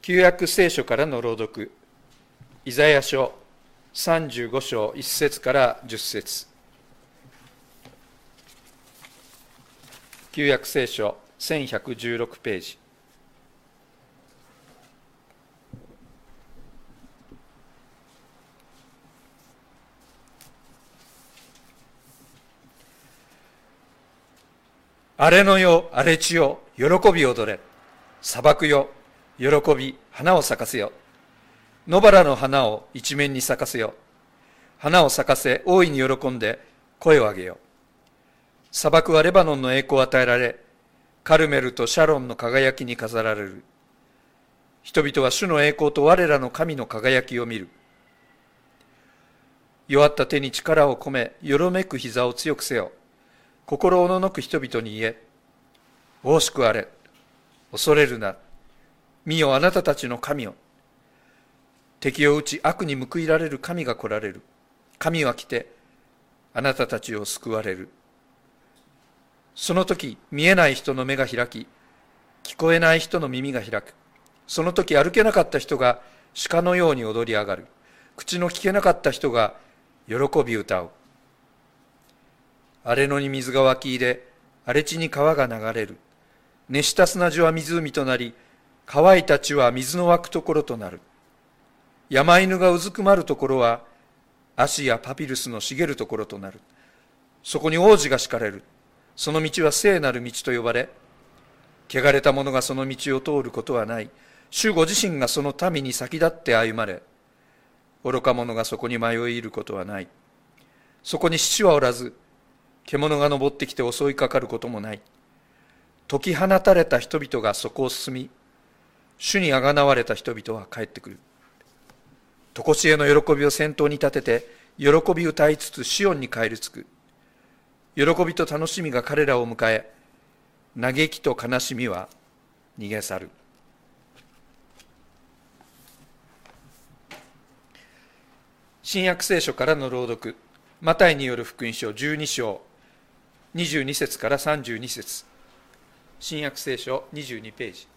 旧約聖書からの朗読、イザヤ書35章1節から10節。旧約聖書1116ページ。荒れのよ、荒れ地よ、喜び踊れ。砂漠よ、喜び、花を咲かせよ。野原の花を一面に咲かせよ。花を咲かせ、大いに喜んで声を上げよ。砂漠はレバノンの栄光を与えられ、カルメルとシャロンの輝きに飾られる。人々は主の栄光と我らの神の輝きを見る。弱った手に力を込め、よろめく膝を強くせよ。心おののく人々に言え、おうしくあれ、恐れるな。見よ、あなたたちの神よ。敵を打ち悪に報いられる神が来られる。神は来て、あなたたちを救われる。その時、見えない人の目が開き、聞こえない人の耳が開く。その時、歩けなかった人が鹿のように踊り上がる。口の聞けなかった人が喜び歌う。荒れ野に水が湧き入れ、荒れ地に川が流れる。熱した砂地は湖となり、乾いた地は水の湧くところとなる。山犬がうずくまるところは、アシやパピルスの茂るところとなる。そこに王子が敷かれる。その道は聖なる道と呼ばれ、汚れた者がその道を通ることはない。主ご自身がその民に先立って歩まれ、愚か者がそこに迷い入ることはない。そこに獅子はおらず、獣が登ってきて襲いかかることもない。解き放たれた人々がそこを進み、主にあがなわれた人々は帰ってくる。とこしえの喜びを先頭に立てて、喜び歌いつつシオンに帰り着く。喜びと楽しみが彼らを迎え、嘆きと悲しみは逃げ去る。新約聖書からの朗読、マタイによる福音書12章22節から32節。新約聖書22ページ。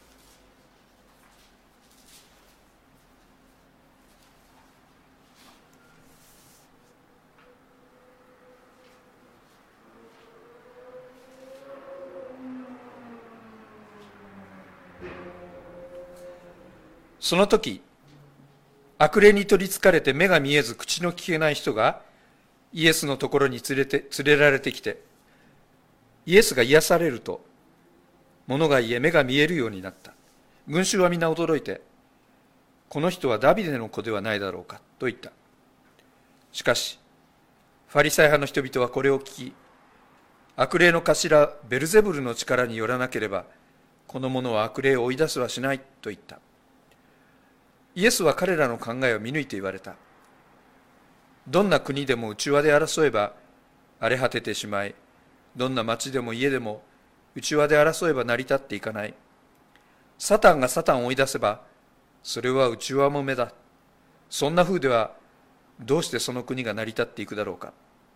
その時、悪霊に取りつかれて目が見えず口の聞けない人がイエスのところに連れられてきて、イエスが癒されると、物が言え目が見えるようになった。群衆は皆驚いて、この人はダビデの子ではないだろうかと言った。しかし、ファリサイ派の人々はこれを聞き、悪霊の頭ベルゼブルの力によらなければ、この者は悪霊を追い出すはしないと言った。イエスは彼らの考えを見抜いて言われた。どんな国でも内輪で争えば荒れ果ててしまい、どんな町でも家でも内輪で争えば成り立っていかない。サタンがサタンを追い出せば、それは内輪もめだ。そんな風ではどうしてその国が成り立っていくだろうか。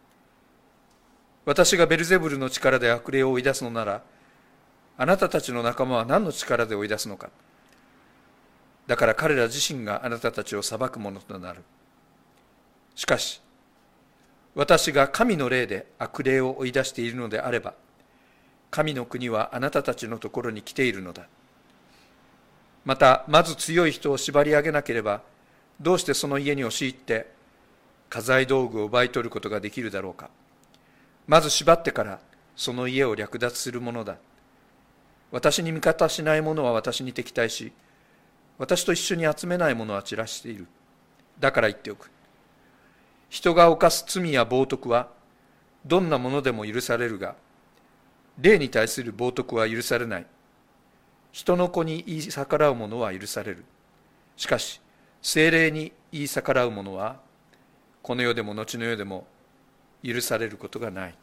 私がベルゼブルの力で悪霊を追い出すのなら、あなたたちの仲間は何の力で追い出すのか。だから彼ら自身があなたたちを裁くものとなる。しかし、私が神の霊で悪霊を追い出しているのであれば、神の国はあなたたちのところに来ているのだ。また、まず強い人を縛り上げなければ、どうしてその家に押し入って、家財道具を奪い取ることができるだろうか。まず縛ってから、その家を略奪するものだ。私に味方しない者は私に敵対し、私と一緒に集めない者は散らしている。だから言っておく。人が犯す罪や冒涜は、どんなものでも許されるが、霊に対する冒涜は許されない。人の子に言い逆らう者は許される。しかし、聖霊に言い逆らう者は、この世でも後の世でも許されることがない。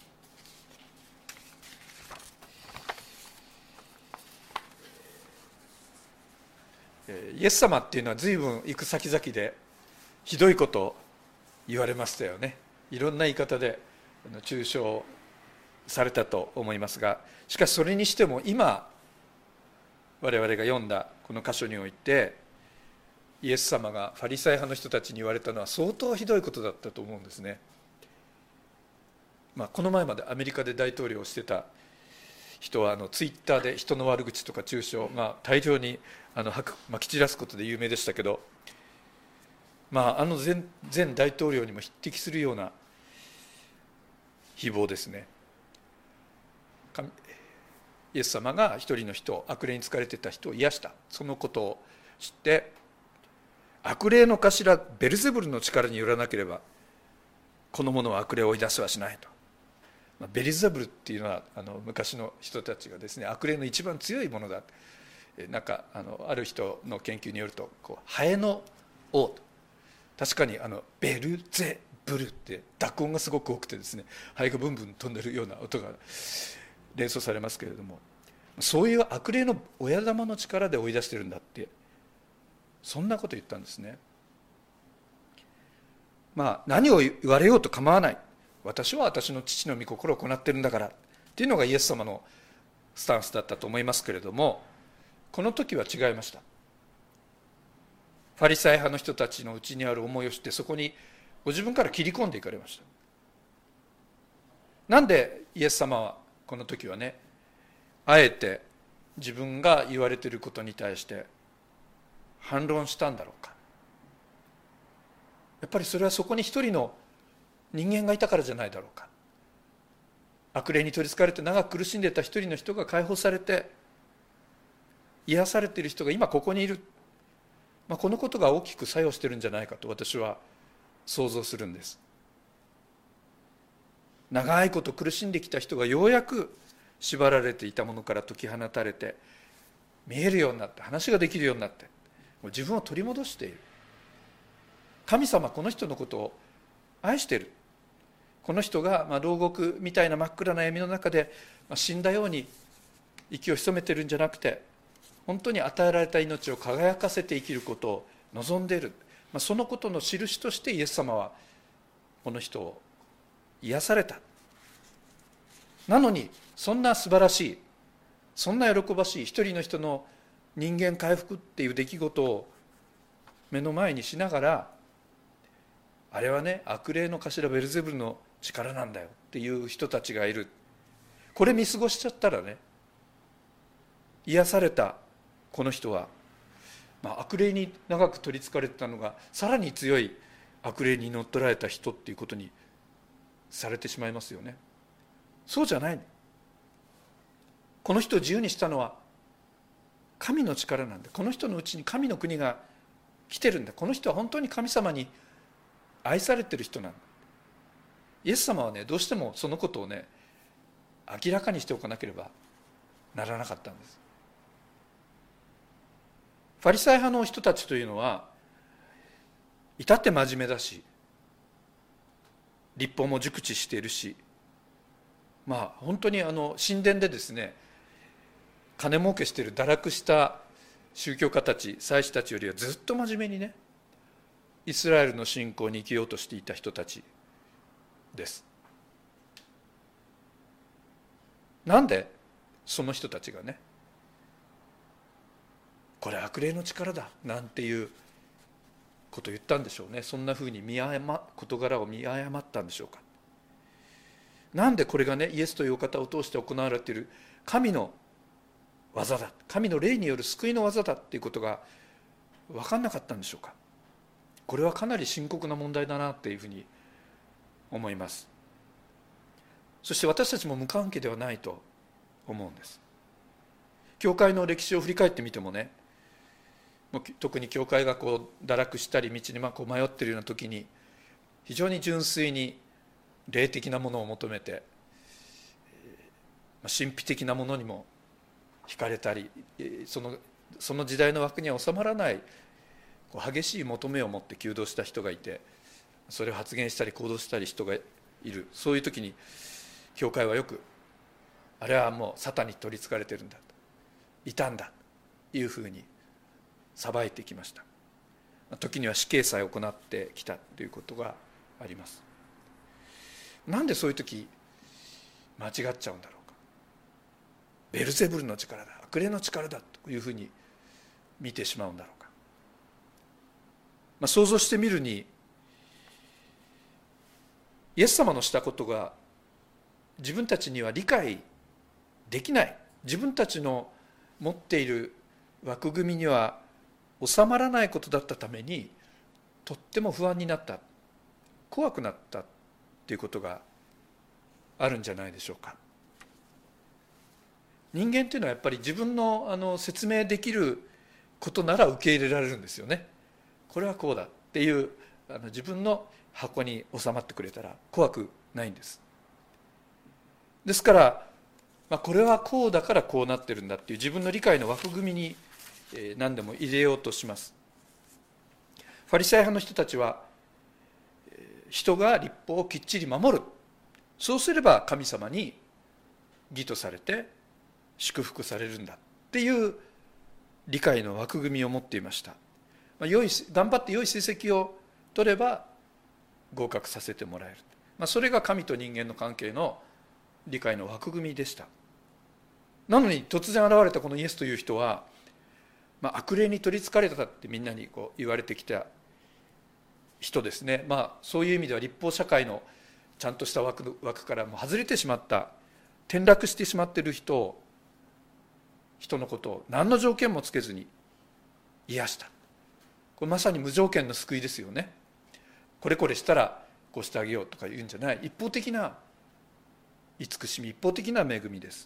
イエス様っていうのは随分行く先々でひどいことを言われましたよね。いろんな言い方で中傷されたと思いますが、しかしそれにしても今我々が読んだこの箇所においてイエス様がファリサイ派の人たちに言われたのは相当ひどいことだったと思うんですね。この前までアメリカで大統領をしてた人はツイッターで人の悪口とか中傷、大量にまき散らすことで有名でしたけど、前大統領にも匹敵するような誹謗ですね。イエス様が一人の人、悪霊に疲れてた人を癒した、そのことを知って、悪霊の頭ベルゼブルの力によらなければこの者は悪霊を追い出すはしないと。ベルゼブルっていうのは昔の人たちがですね、悪霊の一番強いものだ、ある人の研究によるとハエの王と、確かにベルゼブルって濁音がすごく多くてですね、ハエがブンブン飛んでるような音が連想されますけれども、そういう悪霊の親玉の力で追い出してるんだって、そんなこと言ったんですね。何を言われようと構わない、私は私の父の御心を行っているんだからっていうのがイエス様のスタンスだったと思いますけれども、この時は違いました。ファリサイ派の人たちのうちにある思いを知って、そこにご自分から切り込んでいかれました。なんでイエス様はこの時はね、あえて自分が言われていることに対して反論したんだろうか。やっぱりそれはそこに一人の人間がいたからじゃないだろうか。悪霊に取りつかれて長く苦しんでいた一人の人が解放されて癒されている人が今ここにいる、このことが大きく作用しているんじゃないかと私は想像するんです。長いこと苦しんできた人がようやく縛られていたものから解き放たれて、見えるようになって、話ができるようになって、自分を取り戻している。神様はこの人のことを愛している。この人が牢獄みたいな真っ暗な闇の中で死んだように息を潜めているんじゃなくて、本当に与えられた命を輝かせて生きることを望んでいる。そのことの印としてイエス様はこの人を癒された。なのにそんな素晴らしい、そんな喜ばしい一人の人の人間回復っていう出来事を目の前にしながら、あれはね、悪霊の頭ベルゼブルの力なんだよっていう人たちがいる。これ見過ごしちゃったらね、癒されたこの人は、悪霊に長く取りつかれてたのがさらに強い悪霊に乗っ取られた人っていうことにされてしまいますよね。そうじゃない。この人を自由にしたのは神の力なんだ。この人のうちに神の国が来てるんだ。この人は本当に神様に愛されてる人なんだ。イエス様はね、どうしてもそのことをね、明らかにしておかなければならなかったんです。ファリサイ派の人たちというのは至って真面目だし、律法も熟知しているし、本当に神殿でですね、金儲けしている堕落した宗教家たち、祭司たちよりはずっと真面目にね、イスラエルの信仰に生きようとしていた人たちです。なんでその人たちがね、これ悪霊の力だなんていうことを言ったんでしょうね。そんなふうに事柄を見誤ったんでしょうか。なんでこれがね、イエスというお方を通して行われている神の技だ、神の霊による救いの技だっていうことが分かんなかったんでしょうか。これはかなり深刻な問題だなっていうふうに思います。そして私たちも無関係ではないと思うんです。教会の歴史を振り返ってみてもね、特に教会が堕落したり道に迷っているような時に、非常に純粋に霊的なものを求めて神秘的なものにも惹かれたり、その時代の枠には収まらない激しい求めを持って求道した人がいて、それを発言したり行動したり人がいる。そういう時に教会はよく、あれはもうサタンに取りつかれてるんだ、いたんだというふうに裁いてきました。時には死刑さえ行ってきたということがあります。なんでそういう時間違っちゃうんだろうか。ベルゼブルの力だ、悪霊の力だとというふうに見てしまうんだろうか。想像してみるに、イエス様のしたことが自分たちには理解できない、自分たちの持っている枠組みには収まらないことだったために、とっても不安になった、怖くなったということがあるんじゃないでしょうか。人間というのはやっぱり自分の説明できることなら受け入れられるんですよね。これはこうだっていう自分の箱に収まってくれたら怖くないんです。ですから、これはこうだからこうなってるんだっていう自分の理解の枠組みに何でも入れようとします。ファリサイ派の人たちは、人が律法をきっちり守る、そうすれば神様に義とされて祝福されるんだっていう理解の枠組みを持っていました。頑張って良い成績を取れば合格させてもらえる、それが神と人間の関係の理解の枠組みでした。なのに突然現れたこのイエスという人は、悪霊に取りつかれたってみんなに言われてきた人ですね。そういう意味では立法社会のちゃんとした枠からも外れてしまった、転落してしまっている人のことを何の条件もつけずに癒した。これまさに無条件の救いですよね。これこれしたらこうしてあげようとか言うんじゃない、一方的な慈しみ、一方的な恵みです。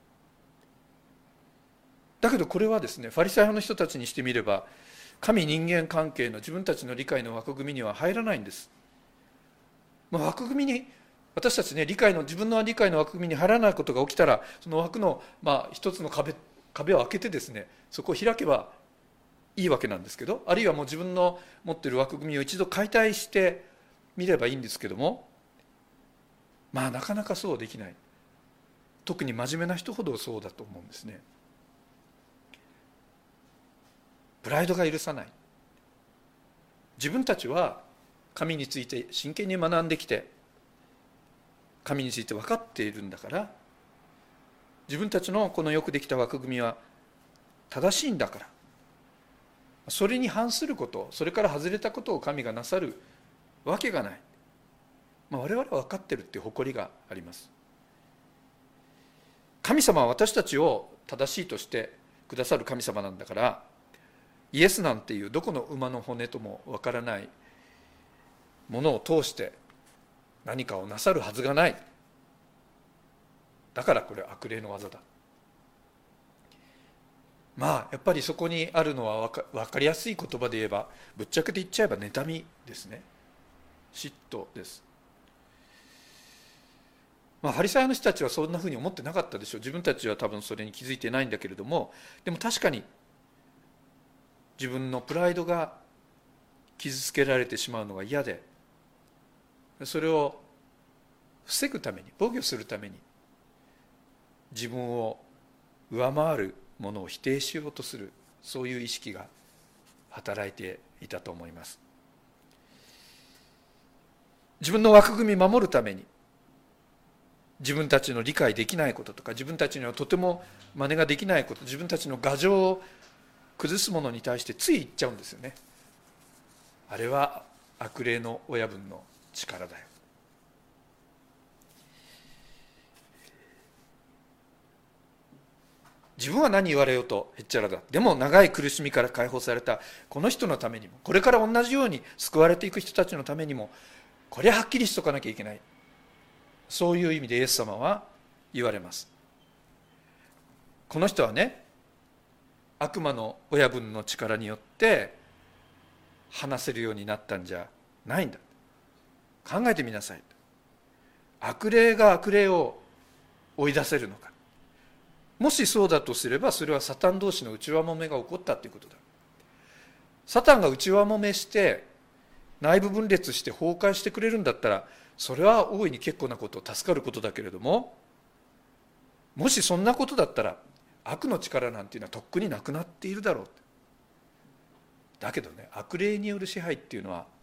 だけどこれはですね、ファリサイ派の人たちにしてみれば、神人間関係の自分たちの理解の枠組みには入らないんです。枠組みに私たちね、自分の理解の枠組みに入らないことが起きたら、その枠の一つの壁を開けてですね、そこを開けばいいわけなんですけど、あるいはもう自分の持っている枠組みを一度解体してみればいいんですけども、なかなかそうできない。特に真面目な人ほどそうだと思うんですね。プライドが許さない。自分たちは神について真剣に学んできて、神について分かっているんだから、自分たちのこのよくできた枠組みは正しいんだから、それに反すること、それから外れたことを神がなさるわけがない。我々は分かっているっていう誇りがあります。神様は私たちを正しいとしてくださる神様なんだから、イエスなんていうどこの馬の骨とも分からないものを通して何かをなさるはずがない。だからこれは悪霊の技だ。やっぱりそこにあるのは分かりやすい言葉で言えば、ぶっちゃけて言っちゃえば妬みですね。嫉妬です。ファリサイの人たちはそんなふうに思ってなかったでしょう。自分たちは多分それに気づいてないんだけれども、でも確かに自分のプライドが傷つけられてしまうのが嫌で、それを防ぐために、防御するために、自分を上回るものを否定しようとする、そういう意識が働いていたと思います。自分の枠組みを守るために、自分たちの理解できないこととか、自分たちにはとても真似ができないこと、自分たちの牙城を崩すものに対してつい言っちゃうんですよね。あれは悪霊の親分の力だよ。自分は何言われようとへっちゃらだ。でも長い苦しみから解放されたこの人のためにも、これから同じように救われていく人たちのためにも、これははっきりしとかなきゃいけない。そういう意味でイエス様は言われます。この人はね、悪魔の親分の力によって話せるようになったんじゃないんだ。考えてみなさい。悪霊が悪霊を追い出せるのか。もしそうだとすれば、それはサタン同士の内輪もめが起こったということだ。サタンが内輪もめして内部分裂して崩壊してくれるんだったら、それは大いに結構なこと、助かることだけれども、もしそんなことだったら悪の力なんていうのはとっくになくなっているだろう。だけどね、悪霊による支配っていうのは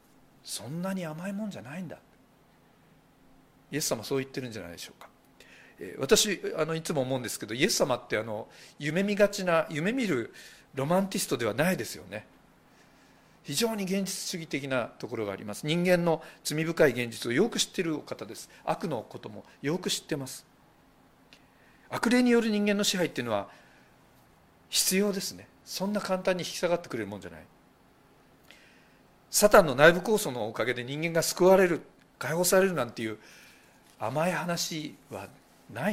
そんなに甘いもんじゃないんだ。イエス様はそう言ってるんじゃないでしょうか。 私いつも思うんですけど、イエス様って夢見がちな、夢見るロマンティストではないですよね。非常に現実主義的なところがあります。人間の罪深い現実をよく知っているお方です。悪のこともよく知ってます。悪霊による人間の支配っていうのは必要ですね。そんな簡単に引き下がってくれるもんじゃない。サタンの内部構想のおかげで人間が救われる、解放されるなんていう甘い話はない。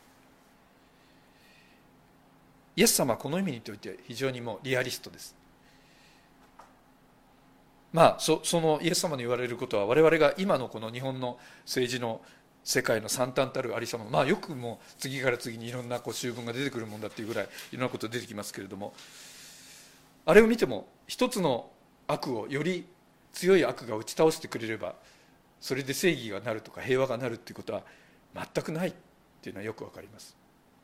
イエス様はこの意味において非常にもうリアリストです。そのイエス様の言われることは、我々が今のこの日本の政治の世界の惨憺たるありさま、よくもう次から次にいろんな習文が出てくるもんだっていうぐらいいろんなこと出てきますけれども、あれを見ても一つの悪をより強い悪が打ち倒してくれれば、それで正義がなるとか平和がなるっていうことは全くないっていうのはよくわかります。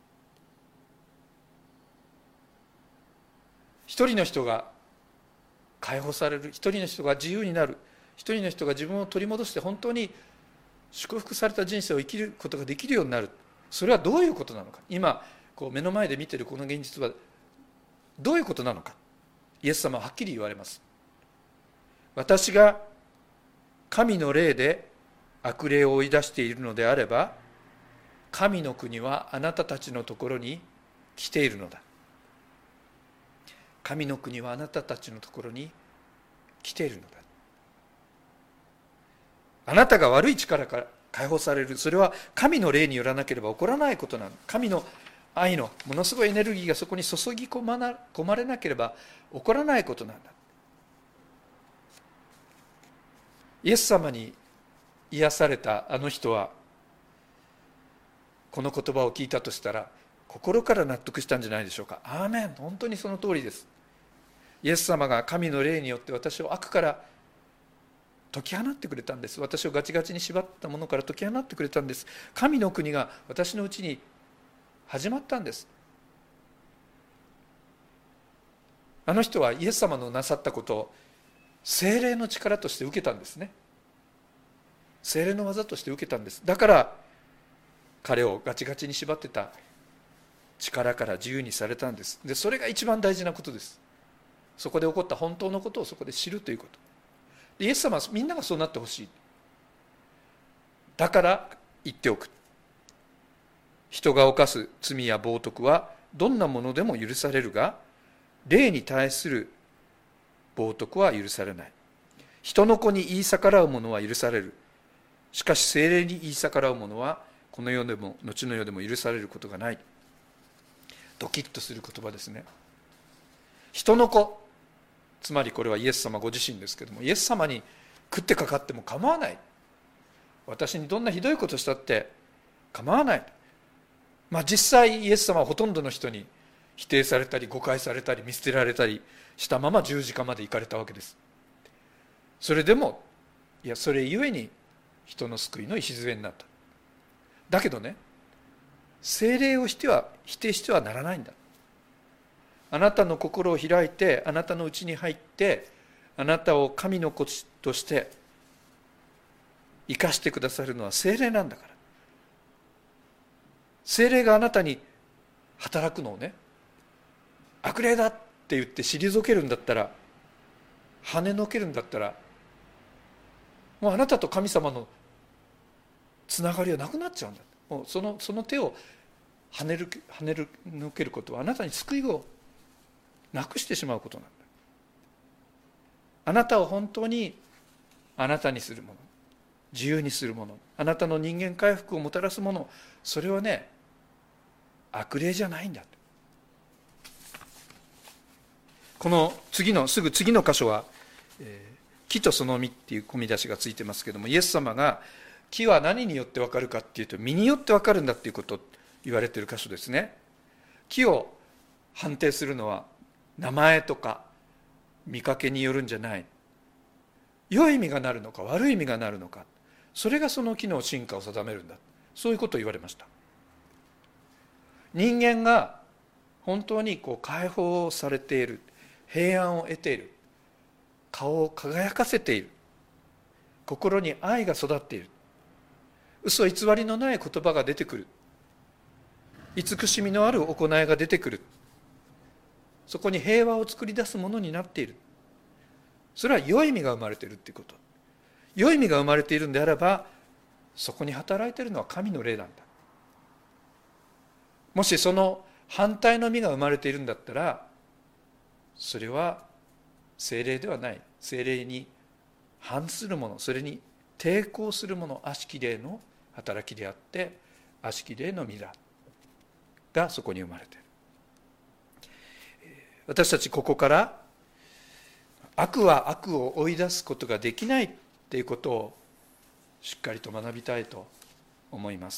一人の人が解放される、一人の人が自由になる、一人の人が自分を取り戻して本当に祝福された人生を生きることができるようになる、それはどういうことなのか。今目の前で見ているこの現実はどういうことなのか。イエス様ははっきり言われます。私が神の霊で悪霊を追い出しているのであれば、神の国はあなたたちのところに来ているのだ。神の国はあなたたちのところに来ているのだ。あなたが悪い力から解放される、それは神の霊によらなければ起こらないことなの。神の愛のものすごいエネルギーがそこに注ぎ込まれなければ起こらないことなんだ。イエス様に癒されたあの人は、この言葉を聞いたとしたら心から納得したんじゃないでしょうか。アーメン、本当にその通りです。イエス様が神の霊によって私を悪から解き放ってくれたんです。私をガチガチに縛ったものから解き放ってくれたんです。神の国が私のうちに始まったんです。あの人はイエス様のなさったことを聖霊の力として受けたんですね。聖霊の技として受けたんです。だから彼をガチガチに縛ってた力から自由にされたんです。で、それが一番大事なことです。そこで起こった本当のことをそこで知るということ。イエス様はみんながそうなってほしい。だから言っておく。人が犯す罪や冒涜はどんなものでも許されるが、霊に対する冒涜は許されない。人の子に言い逆らうものは許される。しかし聖霊に言い逆らうものはこの世でも後の世でも許されることがない。ドキッとする言葉ですね。人の子、つまりこれはイエス様ご自身ですけども、イエス様に食ってかかっても構わない。私にどんなひどいことしたって構わない。実際イエス様はほとんどの人に否定されたり誤解されたり見捨てられたりしたまま十字架まで行かれたわけです。それでもそれゆえに人の救いの礎になった。だけどね、聖霊を否定してはならないんだ。あなたの心を開いて、あなたのうちに入って、あなたを神の子として生かしてくださるのは聖霊なんだから。聖霊があなたに働くのをね、悪霊だって言って退けるんだったら、跳ねのけるんだったら、もうあなたと神様のつながりはなくなっちゃうんだ。もうその手を跳ねのけることはあなたに救いをなくしてしまうことなんだ。あなたを本当にあなたにするもの、自由にするもの、あなたの人間回復をもたらすもの、それはね、悪霊じゃないんだ。このすぐ次の箇所は、木とその実っていう込み出しがついてますけども、イエス様が木は何によって分かるかっていうと、実によって分かるんだっていうことを言われている箇所ですね。木を判定するのは名前とか見かけによるんじゃない。良い意味がなるのか悪い意味がなるのか、それがその木の進化を定めるんだ。そういうことを言われました。人間が本当に解放されている、平安を得ている、顔を輝かせている、心に愛が育っている、嘘偽りのない言葉が出てくる、 慈しみのある行いが出てくる。そこに平和を作り出すものになっている。それは良い意味が生まれているということ。良い意味が生まれているんであれば、そこに働いているのは神の霊なんだ。もしその反対の意味が生まれているんだったら、それは聖霊ではない。聖霊に反するもの、それに抵抗するもの、悪しき霊の働きであって、悪しき霊の御霊がそこに生まれている。私たちここから悪は悪を追い出すことができないということをしっかりと学びたいと思います。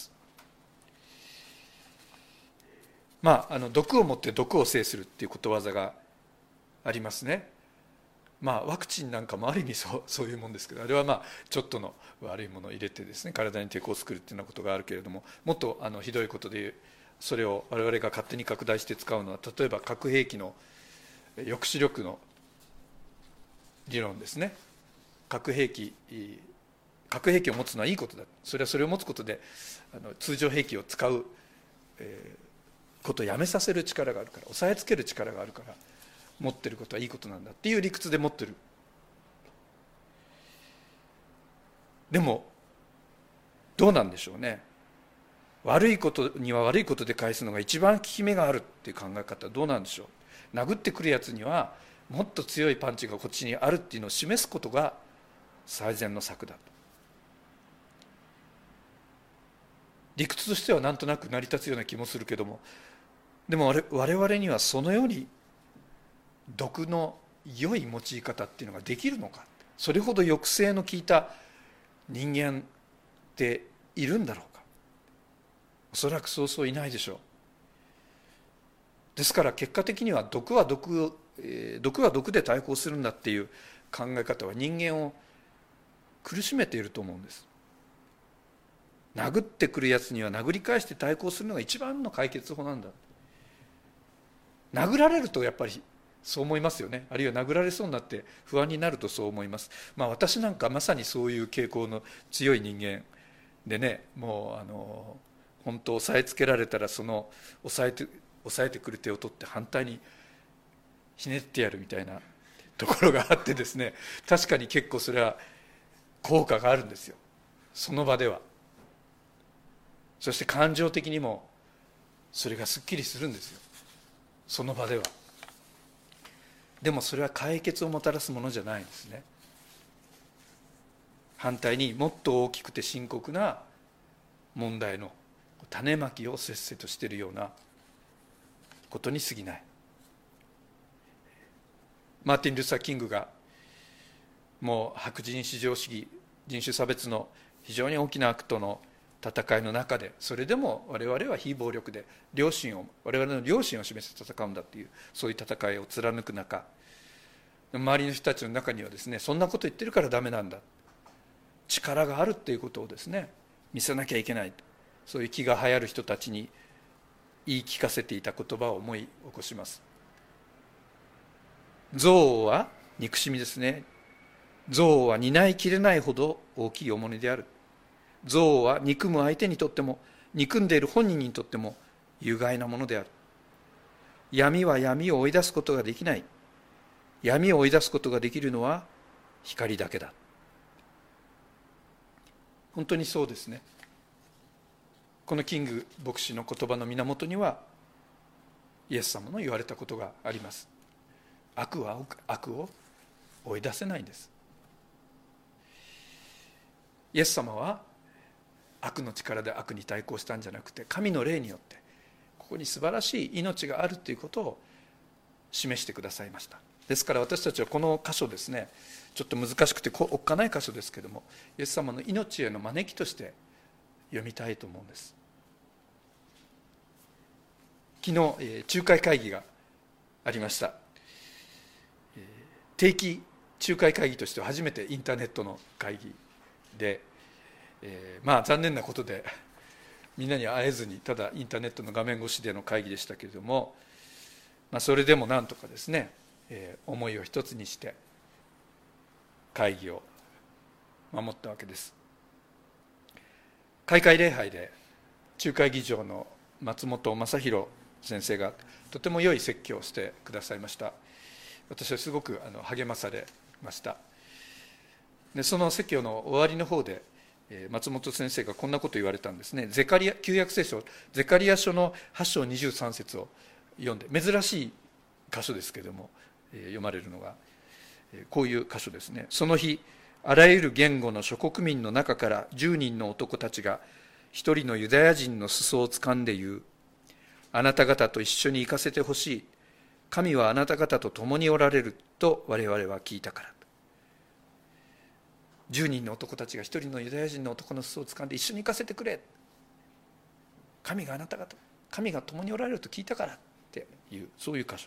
毒をもって毒を制するっていうことわざがありますね。ワクチンなんかもある意味そういうもんですけど、あれはちょっとの悪いものを入れてですね、体に抵抗を作るっていうようなことがあるけれども、もっとひどいことでそれを我々が勝手に拡大して使うのは、例えば核兵器の抑止力の理論ですね。核兵器を持つのはいいことだ。それはそれを持つことで通常兵器を使うことをやめさせる力があるから、抑えつける力があるから、持ってることはいいことなんだっていう理屈で持ってる。でもどうなんでしょうね。悪いことには悪いことで返すのが一番効き目があるっていう考え方はどうなんでしょう。殴ってくるやつにはもっと強いパンチがこっちにあるっていうのを示すことが最善の策だと。理屈としてはなんとなく成り立つような気もするけども、でも我々にはそのように毒の良い用い方っていうのができるのか。それほど抑制の効いた人間っているんだろうか。おそらくそうそういないでしょう。ですから結果的には毒は毒で対抗するんだっていう考え方は人間を苦しめていると思うんです。殴ってくるやつには殴り返して対抗するのが一番の解決法なんだ。殴られるとやっぱりそう思いますよね。あるいは殴られそうになって不安になるとそう思います。私なんかまさにそういう傾向の強い人間でね、もう本当押さえつけられたらその押さえてくる手を取って反対にひねってやるみたいなところがあってですね、確かに結構それは効果があるんですよ、その場では。そして感情的にもそれがすっきりするんですよ、その場では。でもそれは解決をもたらすものじゃないんですね。反対にもっと大きくて深刻な問題の種まきをせっせとしているようなことに過ぎない。マーティン・ルーサー・キングがもう白人至上主義、人種差別の非常に大きな悪との戦いの中で、それでも我々は非暴力で我々の良心を示して戦うんだっていう、そういう戦いを貫く中、周りの人たちの中にはですね、そんなこと言ってるからダメなんだ、力があるっていうことをですね見せなきゃいけない、そういう気が流行る人たちに言い聞かせていた言葉を思い起こします。憎悪は憎しみですね。憎悪は担いきれないほど大きい重荷である。憎悪は憎む相手にとっても憎んでいる本人にとっても有害なものである。闇は闇を追い出すことができない。闇を追い出すことができるのは光だけだ。本当にそうですね。このキング牧師の言葉の源にはイエス様の言われたことがあります。悪は悪を追い出せないんです。イエス様は悪の力で悪に対抗したんじゃなくて、神の霊によってここに素晴らしい命があるということを示してくださいました。ですから私たちはこの箇所ですね、ちょっと難しくておっかない箇所ですけども、イエス様の命への招きとして読みたいと思うんです。昨日仲介会議がありました。定期仲介会議としては初めてインターネットの会議で、残念なことでみんなに会えずに、ただインターネットの画面越しでの会議でしたけれども、それでもなんとかですね、思いを一つにして会議を守ったわけです。開会礼拝で仲介議長の松本正弘先生がとても良い説教をしてくださいました。私はすごく励まされました。でその説教の終わりの方で松本先生がこんなことを言われたんですね。旧約聖書ゼカリヤ書の8章23節を読んで、珍しい箇所ですけれども読まれるのがこういう箇所ですね。その日あらゆる言語の諸国民の中から10人の男たちが一人のユダヤ人の裾をつかんで言う。あなた方と一緒に行かせてほしい。神はあなた方と共におられると我々は聞いたから。10人の男たちが一人のユダヤ人の男の裾をつかんで一緒に行かせてくれ。神が共におられると聞いたからっていう、そういう箇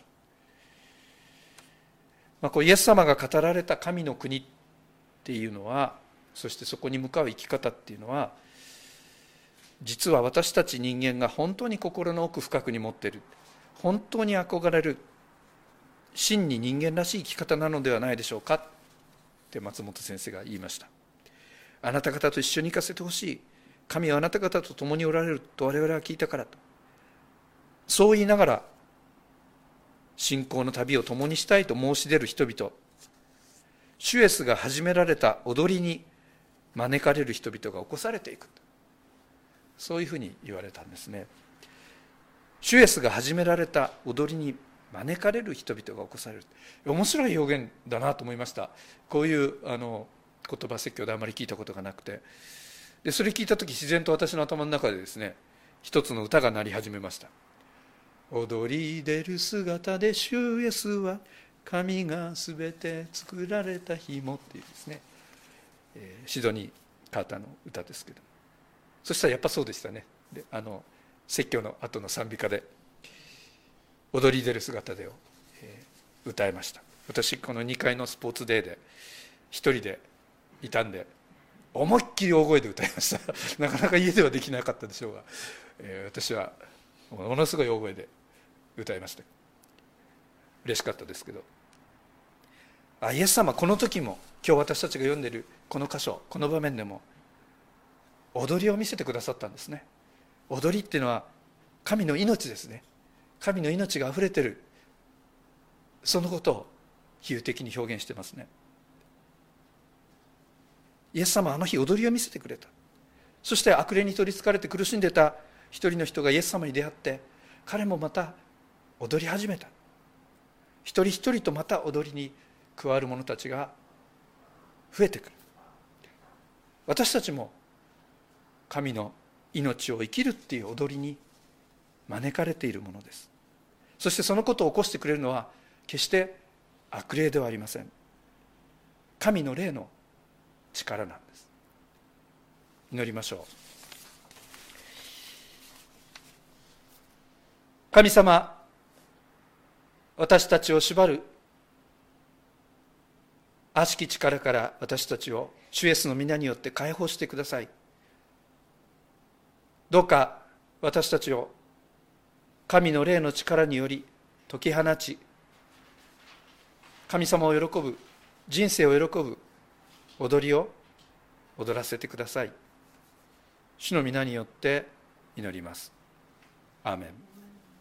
所。こうイエス様が語られた神の国っていうのは、そしてそこに向かう生き方っていうのは、実は私たち人間が本当に心の奥深くに持っている、本当に憧れる真に人間らしい生き方なのではないでしょうかって松本先生が言いました。あなた方と一緒に行かせてほしい。神はあなた方と共におられると我々は聞いたからと。そう言いながら信仰の旅を共にしたいと申し出る人々、主イエスが始められた踊りに招かれる人々が起こされていく、そういうふうに言われたんですね。主イエスが始められた踊りに招かれる人々が起こされる。面白い表現だなと思いました。こういう言葉説教であまり聞いたことがなくて、でそれ聞いた時自然と私の頭の中でですね、一つの歌が鳴り始めました。踊り出る姿で主イエスは神がすべて作られた日もっていうですね、シドニー・カーターの歌ですけど、そしたらやっぱそうでしたね。で説教の後の賛美歌で踊り出る姿でを、歌いました。私この2階のスポーツデーで一人でいたんで思いっきり大声で歌いましたなかなか家ではできなかったでしょうが、私はものすごい大声で歌いました。嬉しかったですけど、イエス様この時も今日私たちが読んでいるこの箇所、この場面でも踊りを見せてくださったんですね。踊りっていうのは神の命ですね。神の命があふれている、そのことを比喩的に表現してますね。イエス様はあの日踊りを見せてくれた。そして悪霊に取りつかれて苦しんでた一人の人がイエス様に出会って、彼もまた踊り始めた。一人一人とまた踊りに加わる者たちが増えてくる。私たちも神の命を生きるっていう踊りに招かれているものです。そしてそのことを起こしてくれるのは決して悪霊ではありません。神の霊の力なんです。祈りましょう。神様、私たちを縛る悪しき力から私たちを主イエスの皆によって解放してください。どうか私たちを神の霊の力により解き放ち、神様を喜ぶ、人生を喜ぶ踊りを踊らせてください。主の皆によって祈ります。アーメン。